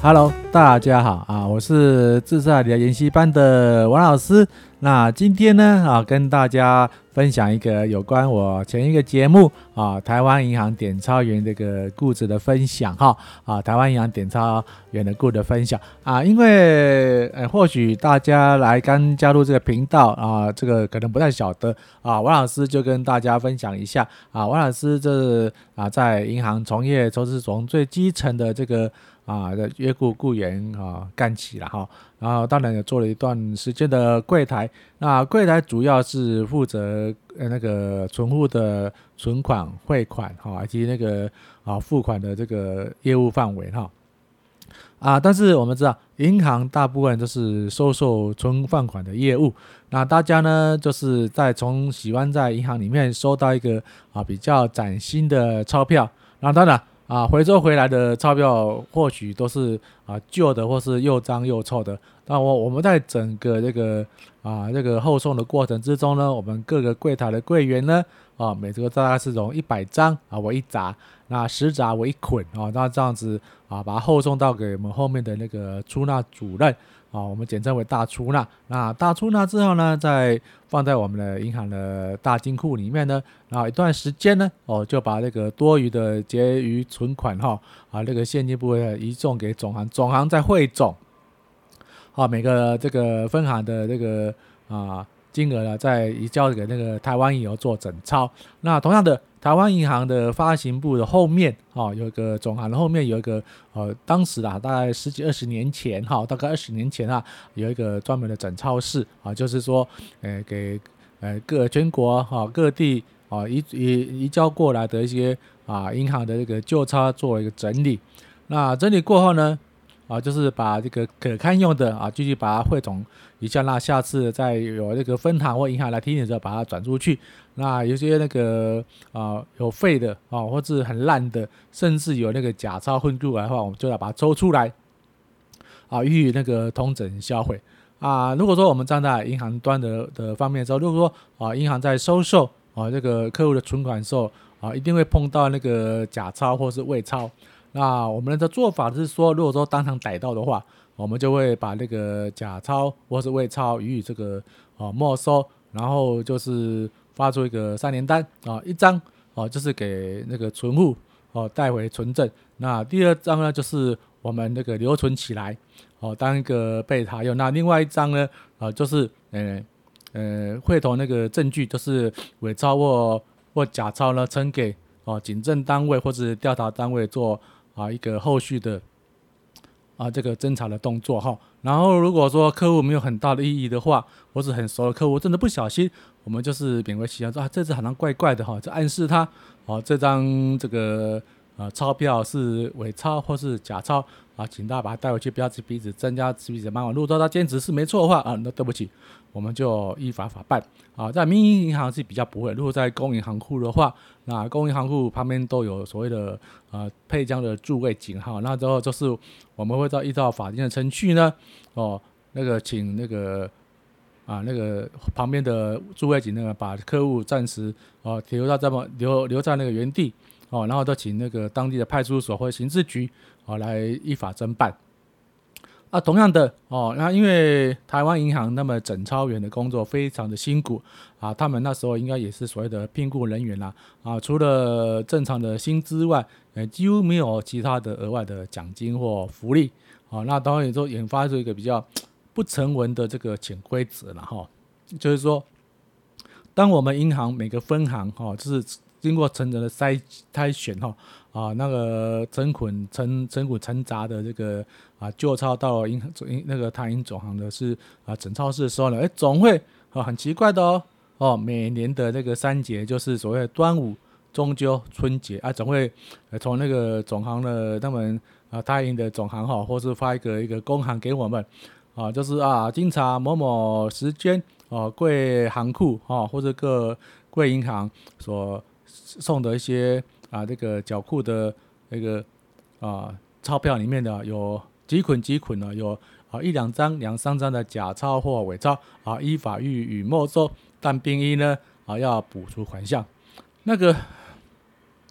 Hello，大家好啊，我是自在理财研习班的王老师。那今天呢跟大家分享一个有关我前一个节目台湾银行点钞员这个故事的分享台湾银行点钞员的故事的分享因为或许大家来刚加入这个频道这个可能不太晓得王老师就跟大家分享一下王老师这在银行从业都是从最基层的这个的约雇员干起了然后当然也做了一段时间的柜台，那柜台主要是负责那个存户的存款、汇款以及那个付款的这个业务范围但是我们知道银行大部分都是收受存放款的业务，那大家呢就是喜欢在银行里面收到一个比较崭新的钞票，那当然回收回来的钞票或许都是旧的或是又脏又臭的。那我们在整个这个后送的过程之中呢，我们各个柜台的柜员呢每个大概是从100张为一扎，那10扎为一捆那这样子把它后送到给我们后面的那个出纳主任我们简称为大出纳。那大出纳之后呢，再放在我们的银行的大金库里面呢，然后一段时间呢就把那个多余的结余存款那个现金部位移送给总行，总行再汇总每个这个分行的这个金额呢再移交给那个台湾银行做整钞。那同样的台湾银行的发行部的后面有一个总行的后面有一个当时大概10几20年前大概20年前有一个专门的整钞室就是说给全国各地移交过来的一些银行的这个旧钞做一个整理。那整理过后呢就是把这个可堪用的继续把它汇总一下，那下次再有这个分行或银行来提醒的时候把它转出去。那有些那个有废的或者很烂的，甚至有那个假钞混入来的话，我们就要把它抽出来予以那个统整销毁如果说我们站在银行端的方面的时候，如果说银行在收受这个客户的存款的时候一定会碰到那个假钞或是伪钞。那我们的做法是说，如果说当场逮到的话，我们就会把那个假钞或是伪钞予以这个没收，然后就是发出一个3联单一张就是给那个存户带回存证，那第2张呢就是我们那个留存起来当一个备查用，那另外一张呢就是会同那个证据，就是伪钞或假钞呢呈给警政单位或者调查单位做一个后续的这个侦查的动作然后如果说客户没有很大的异议的话，或是很熟的客户真的不小心，我们就是勉为其难说这次好像怪怪的就暗示他这张这个钞票是伪钞或是假钞请大家把它带回去，不要彼此增加彼此的麻烦。如果说他坚持是没错的话那对不起，我们就依法法办在民营银行是比较不会，如果在公营行库的话，那公营行库旁边都有所谓的配将的驻卫警那之后就是我们会依照法定的程序呢那个请那个那个旁边的驻卫警把客户暂时留在那个原地然后再请那个当地的派出所或刑事局来依法侦办同样的那因为台湾银行那么整钞员的工作非常的辛苦他们那时候应该也是所谓的聘雇人员除了正常的薪资外几乎没有其他的额外的奖金或福利那当然也就引发出一个比较不成文的这个潜规则了就是说当我们银行每个分行就是经过层层的筛选那个成捆成杂的这个旧钞到那个台银总行的是整钞室的时候呢总会很奇怪的每年的那个3节就是所谓的端午、中秋、春节总会从那个总行的他们台银的总行或是发一个公函给我们就是经查某某时间贵行库或者各贵银行所送的一些这个缴库的那个钞票里面的有几捆有1、2张、2、3张的假钞或伪钞依法予以没收，但并依呢要补足款项。那个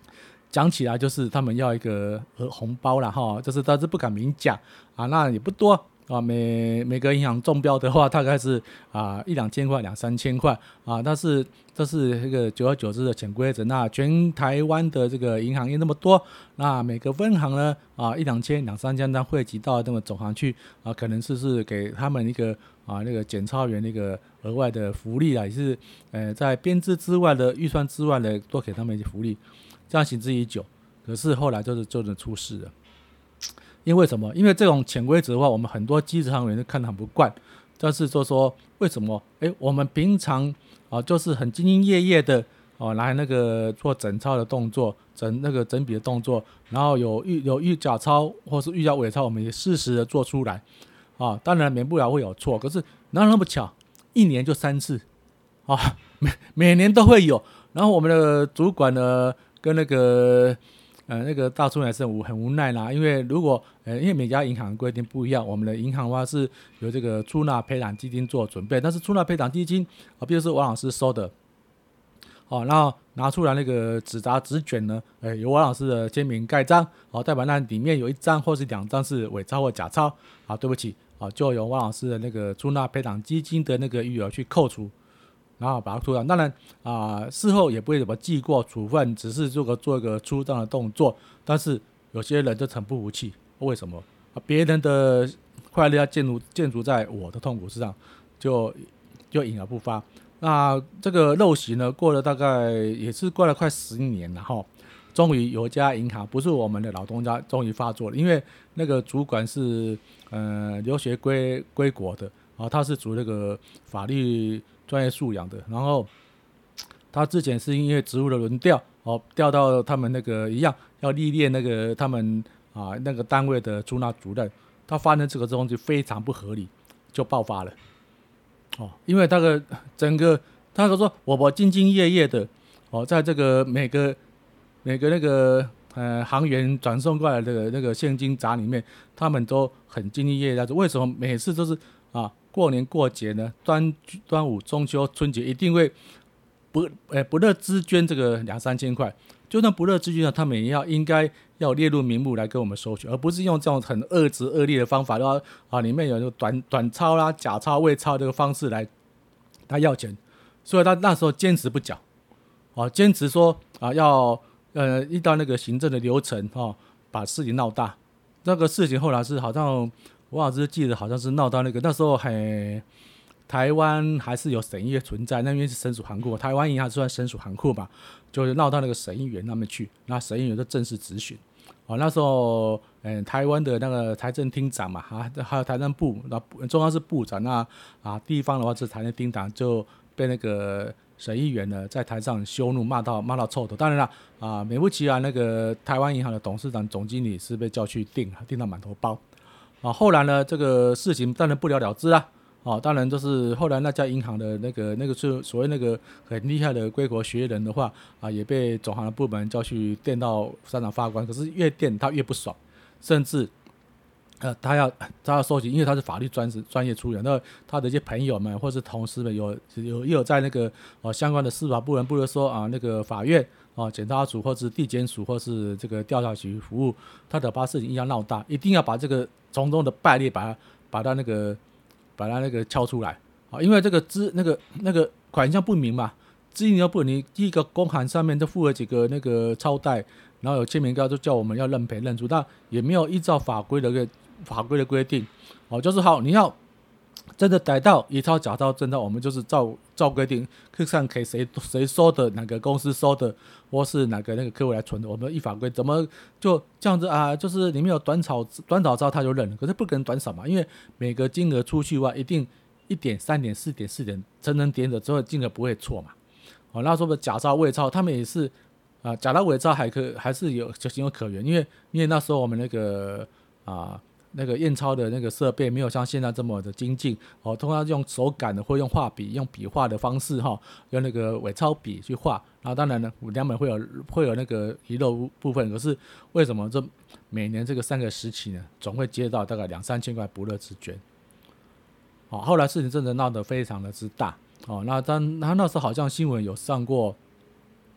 讲起来就是他们要一个红包啦哈，就是但是不敢明讲啊，那也不多啊，每个银行中标的话大概是一两千块、两三千块啊，但是这是这个久而久之的潜规则。那全台湾的这个银行业那么多，那每个分行呢一两千、两三千单汇集到那么总行去啊，可能是给他们一个那个检超员那个额外的福利啦，也是在编制之外的预算之外的多给他们一些福利，这样行之已久。可是后来就出事了。因为什么？因为这种潜规则的话，我们很多基层行员都看得很不惯。但是就说为什么？我们平常就是很兢兢业业的来那个做整钞的动作，整笔的动作，然后有预假钞或是预缴伪钞，我们也适时的做出来当然免不了会有错，可是哪有那么巧？一年就3次每年都会有。然后我们的主管呢，跟那个大出来是很无奈啦，因为如果因为每家银行规定不一样，我们的银行的话是有这个出纳赔偿基金做准备，但是出纳赔偿基金比如说王老师收的然后拿出来那个纸扎纸卷呢，由王老师的签名盖章代表那里面有1张或是2张是伪钞或假钞对不起就由王老师的那个出纳赔偿基金的那个余额去扣除，然后把它出账。当然事后也不会怎么记过处分，只是做一个出账的动作。但是有些人就很不服气，为什么别人的快乐要建筑在我的痛苦之上，就隐而不发。那这个陋习呢，过了大概也是过了快10年了哈。终于有一家银行，不是我们的老东家，终于发作了。因为那个主管是留学归国的他是主那个法律专业素养的，然后他之前是因为职务的轮调调到他们那个一样要历练那个他们那个单位的出纳主任，他发现这个东西非常不合理，就爆发了因为整个他说我兢兢业业的在这个每个那个行员转送过来的那个现金闸里面，他们都很兢兢业业的。为什么每次都是过年过节呢？端午、中秋、春节一定会不乐之捐这个2、3千块，就算不乐之捐他们也应该要列入名目来跟我们收取，而不是用这种很恶质恶劣的方法，里面有那个短钞啦、假钞、伪钞这个方式来他要钱，所以他那时候坚持不缴坚持说要遇到那个行政的流程把事情闹大。那个事情后来是好像我老师记得好像是闹到那时候台湾还是有审议员存在，那边是省属行库，台湾银行算省属行库嘛，就是闹到那个审议员那边去，那审议员就正式质询那时候台湾的那个财政厅长嘛还有财政部，中央是部长，那地方的话是财政厅长，就被那个审议员呢在台上羞怒，骂到臭头。当然了美不其然，那个台湾银行的董事长、总经理是被叫去定到满头包后来呢，这个事情当然不了了之啦当然就是后来那家银行的那个是所谓那个很厉害的归国学人的话也被总行的部门叫去电到3长法官。可是越电他越不爽，甚至他要收集，因为他是法律专业出身，那他的一些朋友们或是同事们有在那个相关的司法部门，不如说那个法院检察署或是地检署或是这个调查局服务，他的把事情一样闹大，一定要把这个种种的败劣把他那个敲出来因为这个那个款项不明嘛，资金要不你第一个公函上面就附了几个那个钞袋，然后有签名告就叫我们要认赔认出，但也没有依照法规的规定就是好，你要真的逮到伪钞假钞真钞，我们就是照规定看给谁收的，哪个公司收的，或是哪个那个客户来存的，我们依法规怎么就这样子就是里面有短少钞他就认了，可是不可能短少嘛，因为每个金额出去的话一定1点、3点、4点、4点层叠的之后金额不会错嘛那时候的假钞伪钞他们也是假到伪钞还是有情有可原，因为那时候我们那个那个验钞的那个设备没有像现在这么的精进通常用手感的或用画笔用笔画的方式用那个伪钞笔去画，然后当然呢两本会有那个遗漏部分，可是为什么这每年这个3个时期呢总会接到大概2、3千块不乐之捐后来事情真的闹得非常的之大那时候好像新闻有上过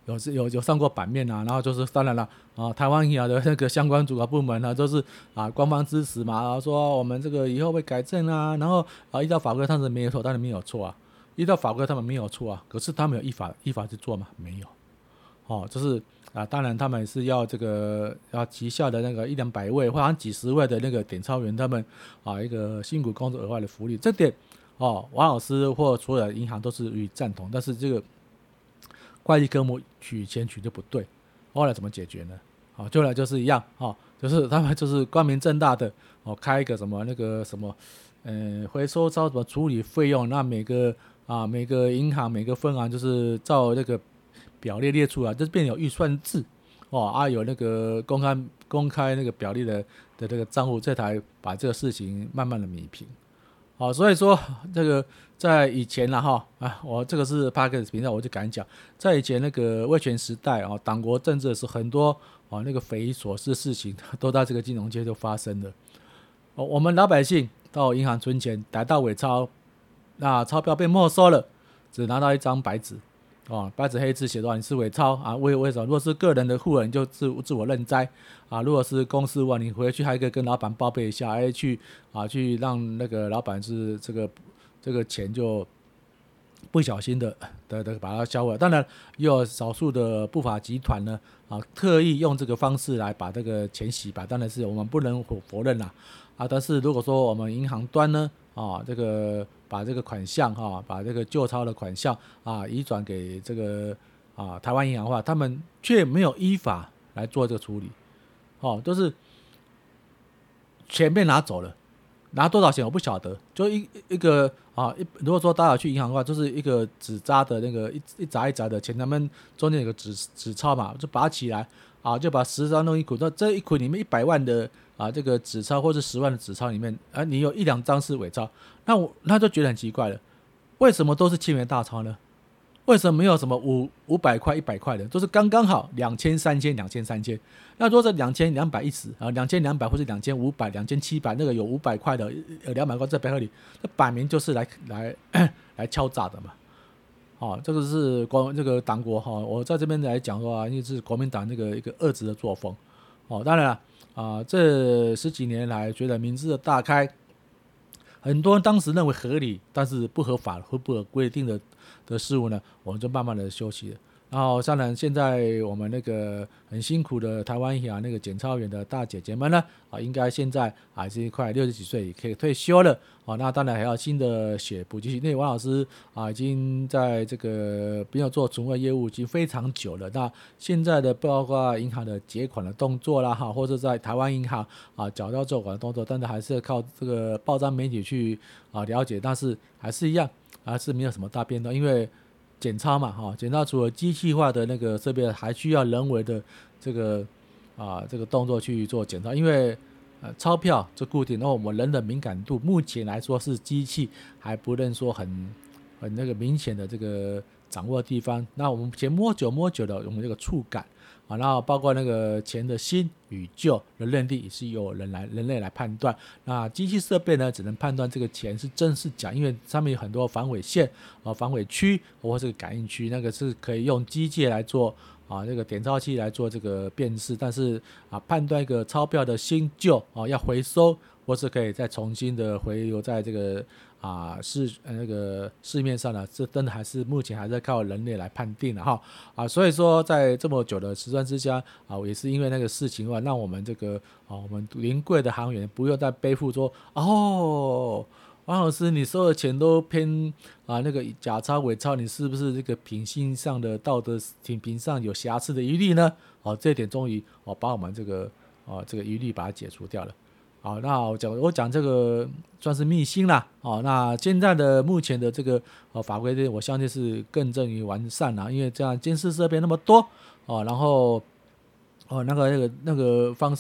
有上过版面啊，然后就是当然了台湾银行的那个相关主管部门呢，都是官方支持嘛，然后说我们这个以后会改正啊，然后依照法规他们没有错，当然没有错啊，依照法规他们没有错啊，可是他们有依法去做吗？没有就是当然他们是要这个要旗下的那个100-200位或者几十位的那个点钞员，他们一个辛苦工作额外的福利，这点王老师或所有的银行都是予以赞同，但是这个会计科目取钱取就不对，后来怎么解决呢？就来就是一样就是他们就是光明正大的开一个什么那个什么回收招什么处理费用，那每个银行每个分行就是照那个表列出来，就是变有预算制有那个公开那个表列的这个账户，这才把这个事情慢慢的弭平。所以说这个在以前啦我这个是 Podcast 频道，我就敢讲，在以前那个威权时代党国政治的时候，很多那个匪夷所思的事情都在这个金融界就发生了。我们老百姓到银行存钱，逮到伪钞，那钞票被没收了，只拿到一张白纸白纸黑字写着你是伪钞为什么？如果是个人的户人就自我认栽如果是公司你回去还可以跟老板报备一下，去让那个老板是这个钱就不小心的把它销毁。当然也有少数的不法集团呢特意用这个方式来把这个钱洗白，当然是我们不能否认啦但是如果说我们银行端呢这个把这个款项把这个旧钞的款项移转给这个台湾银行的话，他们却没有依法来做这个处理都是钱被拿走了，拿多少钱我不晓得，就一个如果说大家去银行的话，就是一个纸扎的那个一扎一扎的钱，他们中间有个纸钞嘛，就拔起来就把10张弄一捆，那这一捆里面100万的这个纸钞或是10万的纸钞里面你有1-2张是伪钞，那就觉得很奇怪了，为什么都是千元大钞呢？为什么没有什么500块100块的，都是刚刚好2000、3000、2300？那如果是2210 2200或是2500、2700，那个有500块的200块在背后里，这摆明就是来敲诈的嘛。这个是这个党国我在这边来讲的话，因为是国民党那个一个恶质的作风当然了这10几年来觉得民智的大开，很多人当时认为合理但是不合法或不合规定的事物呢，我们就慢慢的休息了。然后当然现在我们那个很辛苦的台湾银行那个检钞员的大姐姐们呢应该现在已经快60几岁也可以退休了那当然还要新的血补进去。那王老师已经在这个没有做存汇业务已经非常久了，那现在的包括银行的结款的动作啦或者在台湾银行缴交做款的动作，但是还是要靠这个报章媒体去了解，但是还是一样还是没有什么大变动，因为检钞嘛检钞除了机器化的那个设备，还需要人为的这个动作去做检钞，因为钞票就固定，然后我们人的敏感度目前来说是机器还不能说很那个明显的这个掌握的地方，那我们钱摸久的我们这个触感然后包括那个钱的新与旧的认定也是由人类来判断，那机器设备呢只能判断这个钱是真是假，因为上面有很多防伪线防伪区或是感应区，那个是可以用机械来做这个点钞器来做这个辨识，但是判断一个钞票的新旧要回收或是可以再重新的回流在这个那个市面上呢，这真的还是目前还在靠人类来判定的所以说在这么久的时段之下也是因为那个事情让我们这个我们临柜的行员不用再背负说王老师你收的钱都偏那个假钞伪钞，你是不是这个品性上的道德品评上有瑕疵的疑虑呢？这一点终于把我们这个疑虑把它解除掉了。那我讲这个算是秘辛啦那现在的目前的这个法规我相信是更臻于完善啦，因为这样监视设备那么多然后那个方式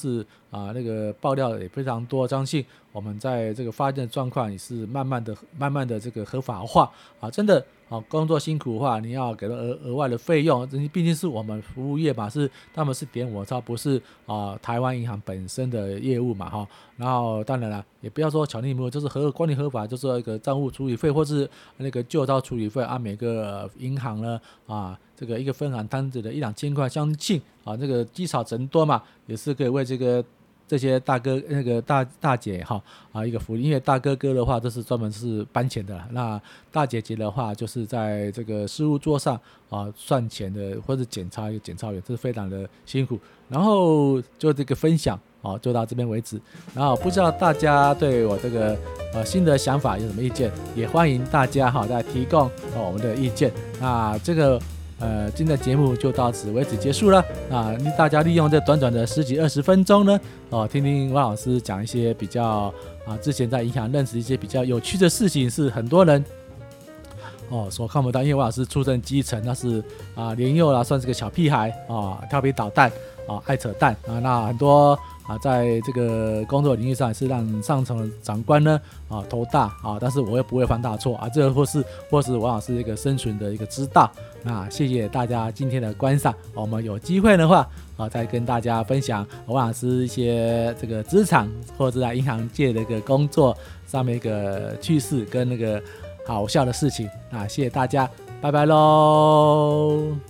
那个爆料也非常多，相信我们在这个发现的状况也是慢慢的这个合法化真的工作辛苦的话，你要给他额外的费用，毕竟是我们服务业嘛，他们是点我钞，不是台湾银行本身的业务嘛然后当然了，也不要说巧立名目，就是管理合法，就是一个账户处理费或是那个旧钞处理费每个银行呢这个一个分行摊子的1-2千块，相信这个积少成多嘛，也是可以为这些大哥那个大姐一个福利，因为大哥哥的话这是专门是搬钱的啦，那大姐姐的话就是在这个事务桌上算钱的或者检查员，这是非常的辛苦。然后就这个分享就到这边为止。然后不知道大家对我这个新的想法有什么意见，也欢迎大家再提供我们的意见。那这个今天的节目就到此为止结束了大家利用这短短的10几20分钟呢听听王老师讲一些比较之前在银行认识一些比较有趣的事情，是很多人所看不到。因为王老师出身基层，那是年幼啦，算是个小屁孩调皮捣蛋爱扯淡那很多在这个工作领域上也是让上层的长官呢头大但是我又不会犯大错这或是王老师一个生存的一个之道。那谢谢大家今天的观赏，我们有机会的话再跟大家分享王老师一些这个职场或者在银行界的一个工作上面一个趣事跟那个好笑的事情谢谢大家，拜拜喽。